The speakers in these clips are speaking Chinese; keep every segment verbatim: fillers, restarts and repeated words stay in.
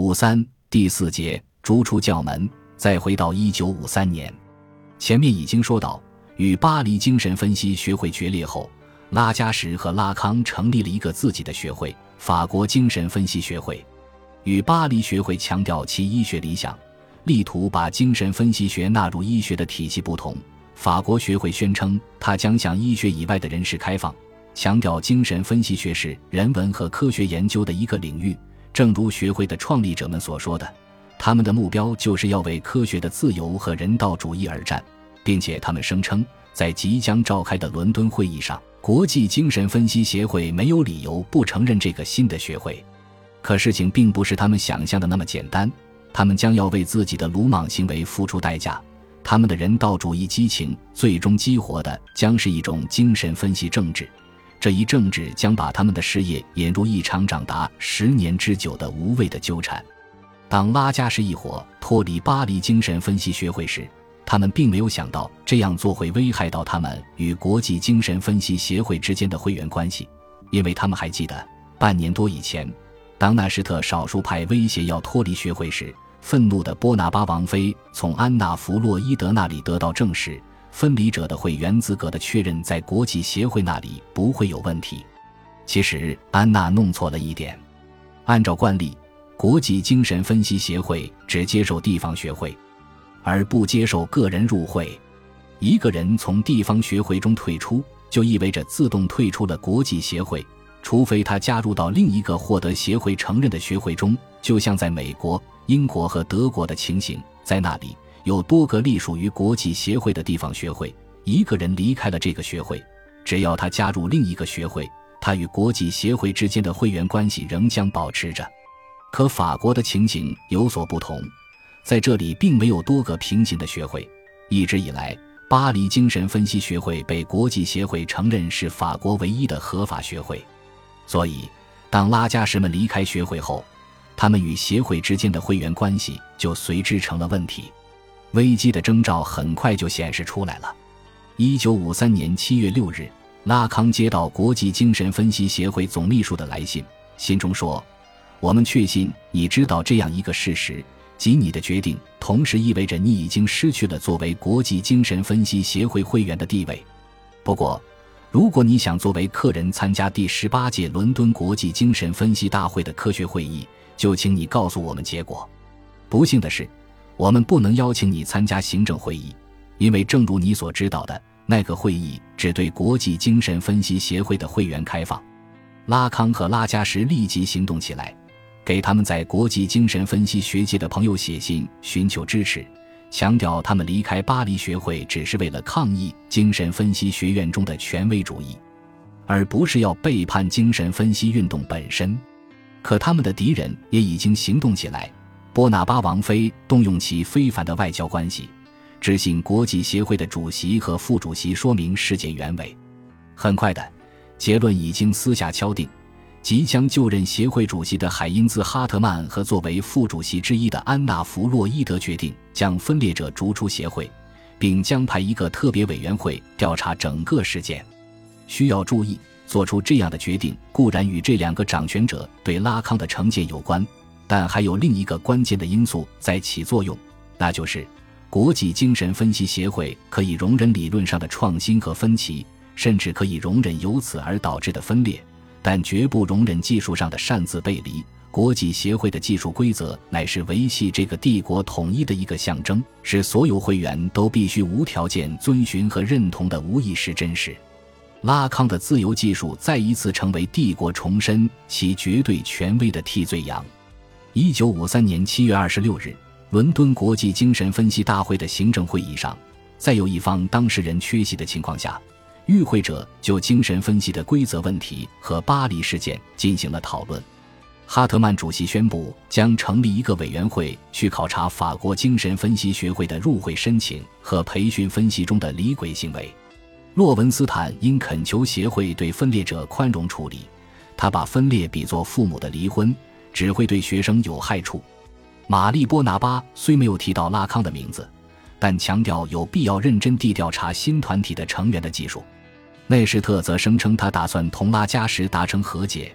五三第四节逐出教门。再回到一九五三年，前面已经说到，与巴黎精神分析学会决裂后，拉加什和拉康成立了一个自己的学会——法国精神分析学会。与巴黎学会强调其医学理想，力图把精神分析学纳入医学的体系不同，法国学会宣称它将向医学以外的人士开放，强调精神分析学是人文和科学研究的一个领域。正如学会的创立者们所说的，他们的目标就是要为科学的自由和人道主义而战，并且他们声称，在即将召开的伦敦会议上，国际精神分析协会没有理由不承认这个新的学会。可事情并不是他们想象的那么简单，他们将要为自己的鲁莽行为付出代价，他们的人道主义激情最终激活的将是一种精神分析政治，这一政治将把他们的事业引入一场长达十年之久的无谓的纠缠。当拉加什一伙脱离巴黎精神分析学会时，他们并没有想到这样做会危害到他们与国际精神分析协会之间的会员关系，因为他们还记得半年多以前，当纳什特少数派威胁要脱离学会时，愤怒的波拿巴王妃从安娜·弗洛伊德那里得到证实，分离者的会员资格的确认在国际协会那里不会有问题。其实安娜弄错了一点，按照惯例，国际精神分析协会只接受地方学会，而不接受个人入会。一个人从地方学会中退出，就意味着自动退出了国际协会，除非他加入到另一个获得协会承认的学会中，就像在美国、英国和德国的情形，在那里有多个隶属于国际协会的地方学会，一个人离开了这个学会，只要他加入另一个学会，他与国际协会之间的会员关系仍将保持着。可法国的情形有所不同，在这里并没有多个平行的学会，一直以来，巴黎精神分析学会被国际协会承认是法国唯一的合法学会。所以当拉加什们离开学会后，他们与协会之间的会员关系就随之成了问题。危机的征兆很快就显示出来了。一九五三年七月六日，拉康接到国际精神分析协会总秘书的来信，信中说，我们确信你知道这样一个事实，即你的决定同时意味着你已经失去了作为国际精神分析协会会员的地位。不过如果你想作为客人参加第十八届伦敦国际精神分析大会的科学会议，就请你告诉我们结果。不幸的是，我们不能邀请你参加行政会议，因为正如你所知道的，那个会议只对国际精神分析协会的会员开放。拉康和拉加什立即行动起来，给他们在国际精神分析学界的朋友写信寻求支持，强调他们离开巴黎学会只是为了抗议精神分析学院中的权威主义，而不是要背叛精神分析运动本身。可他们的敌人也已经行动起来，波拿巴王妃动用其非凡的外交关系，致信国际协会的主席和副主席说明事件原委。很快的，结论已经私下敲定，即将就任协会主席的海因兹·哈特曼和作为副主席之一的安娜·弗洛伊德决定将分裂者逐出协会，并将派一个特别委员会调查整个事件。需要注意，做出这样的决定固然与这两个掌权者对拉康的成见有关，但还有另一个关键的因素在起作用，那就是国际精神分析协会可以容忍理论上的创新和分歧，甚至可以容忍由此而导致的分裂，但绝不容忍技术上的擅自背离。国际协会的技术规则乃是维系这个帝国统一的一个象征，是所有会员都必须无条件遵循和认同的无意识真实。拉康的自由技术再一次成为帝国重申其绝对权威的替罪羊。一九五三年七月二十六日，伦敦国际精神分析大会的行政会议上，在有一方当事人缺席的情况下，与会者就精神分析的规则问题和巴黎事件进行了讨论。哈特曼主席宣布将成立一个委员会去考察法国精神分析学会的入会申请和培训分析中的离轨行为。洛文斯坦因恳求协会对分裂者宽容处理，他把分裂比作父母的离婚，只会对学生有害处。玛丽波拿巴虽没有提到拉康的名字，但强调有必要认真地调查新团体的成员的技术。内什特则声称他打算同拉加什达成和解，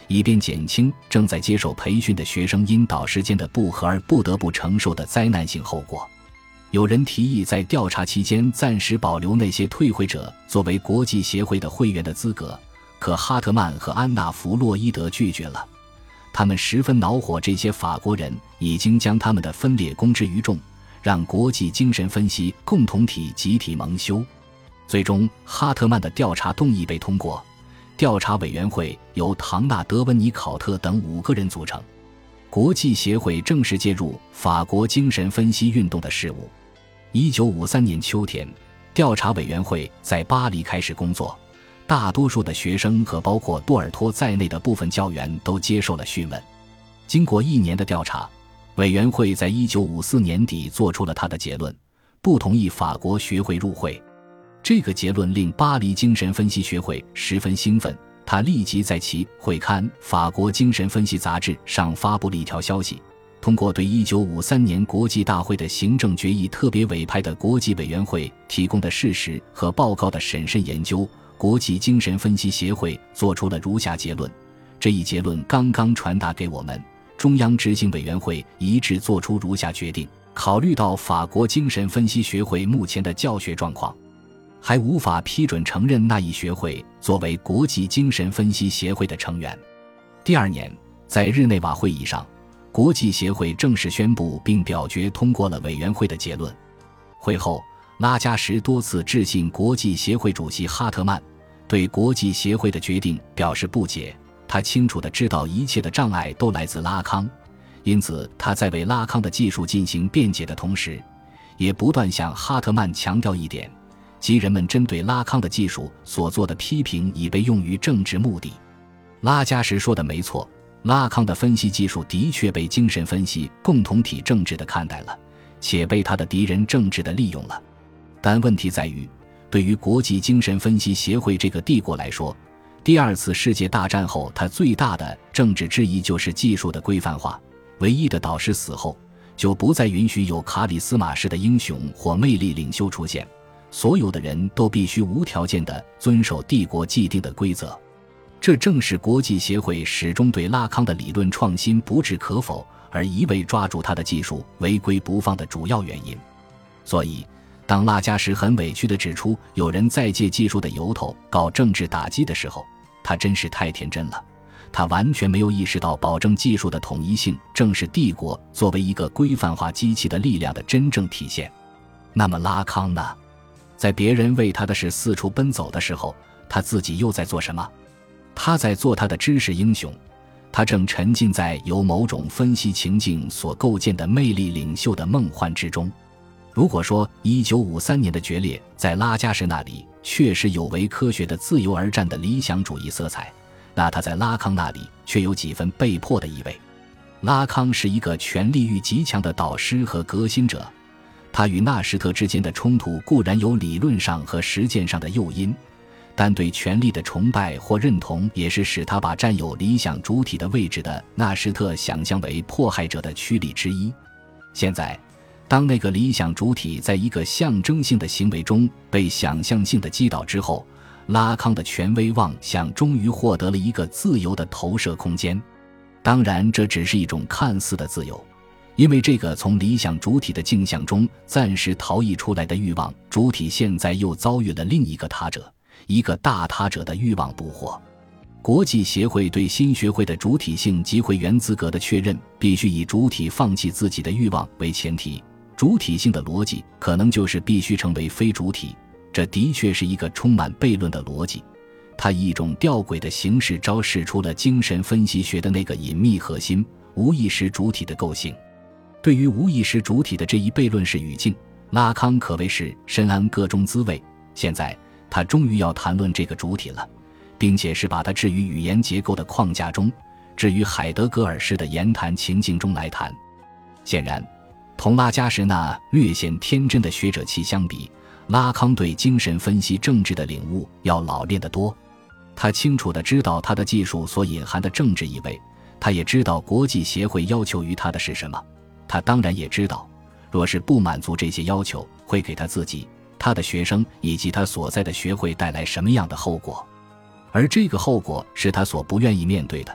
以便减轻正在接受培训的学生因导师间的不和而不得不承受的灾难性后果。有人提议在调查期间暂时保留那些退会者作为国际协会的会员的资格，可哈特曼和安娜·弗洛伊德拒绝了。他们十分恼火这些法国人已经将他们的分裂公之于众，让国际精神分析共同体集体蒙羞。最终哈特曼的调查动议被通过，调查委员会由唐纳德·温尼考特等五个人组成。国际协会正式介入法国精神分析运动的事务。一九五三年秋天，调查委员会在巴黎开始工作，大多数的学生和包括多尔托在内的部分教员都接受了讯问。经过一年的调查，委员会在一九五四年底做出了他的结论，不同意法国学会入会。这个结论令巴黎精神分析学会十分兴奋，他立即在其会刊《法国精神分析杂志》上发布了一条消息：通过对一九五三年国际大会的行政决议特别委派的国际委员会提供的事实和报告的审慎研究，国际精神分析协会做出了如下结论。这一结论刚刚传达给我们，中央执行委员会一致做出如下决定：考虑到法国精神分析学会目前的教学状况，还无法批准承认那一学会作为国际精神分析协会的成员。第二年，在日内瓦会议上，国际协会正式宣布并表决通过了委员会的结论。会后，拉加什多次致信国际协会主席哈特曼，对国际协会的决定表示不解。他清楚地知道一切的障碍都来自拉康，因此他在为拉康的技术进行辩解的同时，也不断向哈特曼强调一点，即人们针对拉康的技术所做的批评已被用于政治目的。拉加什说的没错，拉康的分析技术的确被精神分析共同体政治地看待了，且被他的敌人政治地利用了。但问题在于，对于国际精神分析协会这个帝国来说，第二次世界大战后它最大的政治质疑就是技术的规范化。唯一的导师死后，就不再允许有卡里斯马式的英雄或魅力领袖出现，所有的人都必须无条件地遵守帝国既定的规则。这正是国际协会始终对拉康的理论创新不置可否，而一味抓住他的技术违规不放的主要原因。所以当拉加什很委屈地指出有人在借技术的由头搞政治打击的时候，他真是太天真了。他完全没有意识到保证技术的统一性正是帝国作为一个规范化机器的力量的真正体现。那么拉康呢？在别人为他的事四处奔走的时候，他自己又在做什么？他在做他的知识英雄，他正沉浸在由某种分析情境所构建的魅力领袖的梦幻之中。如果说一九五三年的决裂在拉加什那里确实有为科学的自由而战的理想主义色彩，那他在拉康那里却有几分被迫的意味。拉康是一个权力欲极强的导师和革新者，他与纳什特之间的冲突固然有理论上和实践上的诱因，但对权力的崇拜或认同也是使他把占有理想主体的位置的纳什特想象为迫害者的驱力之一。现在当那个理想主体在一个象征性的行为中被想象性的击倒之后，拉康的权威妄想终于获得了一个自由的投射空间。当然这只是一种看似的自由，因为这个从理想主体的镜像中暂时逃逸出来的欲望主体现在又遭遇了另一个他者，一个大他者的欲望捕获。国际协会对新学会的主体性及会员资格的确认必须以主体放弃自己的欲望为前提，主体性的逻辑可能就是必须成为非主体，这的确是一个充满悖论的逻辑，它以一种吊诡的形式昭示出了精神分析学的那个隐秘核心——无意识主体的构性。对于无意识主体的这一悖论式语境，拉康可谓是深谙个中滋味。现在他终于要谈论这个主体了，并且是把它置于语言结构的框架中，置于海德格尔式的言谈情境中来谈。显然同拉加什那略显天真的学者气相比，拉康对精神分析政治的领悟要老练得多。他清楚地知道他的技术所隐含的政治意味，他也知道国际协会要求于他的是什么。他当然也知道，若是不满足这些要求，会给他自己、他的学生以及他所在的学会带来什么样的后果。而这个后果是他所不愿意面对的。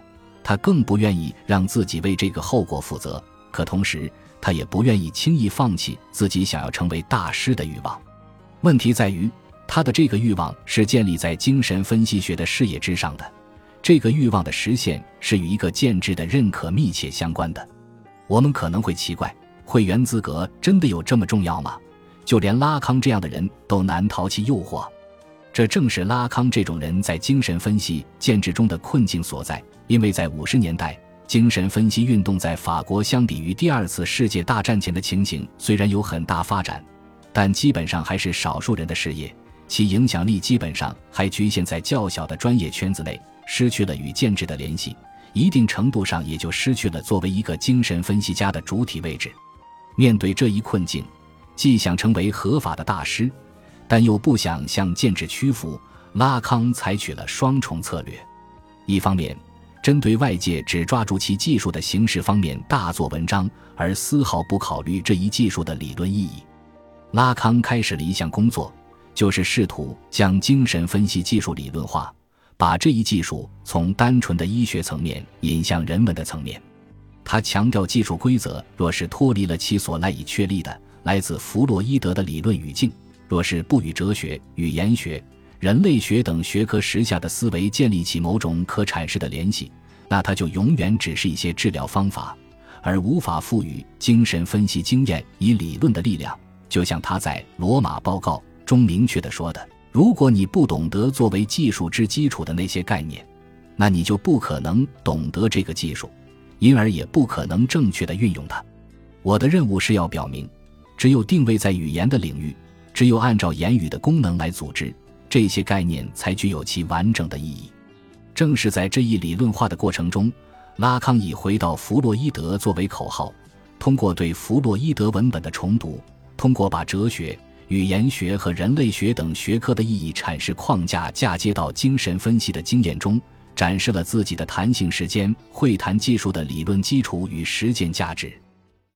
他更不愿意让自己为这个后果负责，可同时他也不愿意轻易放弃自己想要成为大师的欲望。问题在于，他的这个欲望是建立在精神分析学的事业之上的，这个欲望的实现是与一个建制的认可密切相关的。我们可能会奇怪，会员资格真的有这么重要吗？就连拉康这样的人都难逃其诱惑。这正是拉康这种人在精神分析建制中的困境所在，因为在五十年代，精神分析运动在法国相比于第二次世界大战前的情形虽然有很大发展，但基本上还是少数人的事业，其影响力基本上还局限在较小的专业圈子内，失去了与建制的联系，一定程度上也就失去了作为一个精神分析家的主体位置。面对这一困境，既想成为合法的大师，但又不想向建制屈服，拉康采取了双重策略。一方面，针对外界只抓住其技术的形式方面大做文章，而丝毫不考虑这一技术的理论意义。拉康开始了一项工作，就是试图将精神分析技术理论化，把这一技术从单纯的医学层面引向人文的层面。他强调技术规则若是脱离了其所赖以确立的来自弗洛伊德的理论语境，若是不与哲学、语言学、人类学等学科时下的思维建立起某种可阐释的联系，那它就永远只是一些治疗方法，而无法赋予精神分析经验以理论的力量。就像他在《罗马报告》中明确地说的，如果你不懂得作为技术之基础的那些概念，那你就不可能懂得这个技术，因而也不可能正确地运用它。我的任务是要表明，只有定位在语言的领域，只有按照言语的功能来组织，这些概念才具有其完整的意义。正是在这一理论化的过程中，拉康以回到弗洛伊德作为口号，通过对弗洛伊德文本的重读，通过把哲学、语言学和人类学等学科的意义阐释框架嫁接到精神分析的经验中，展示了自己的弹性时间会谈技术的理论基础与实践价值。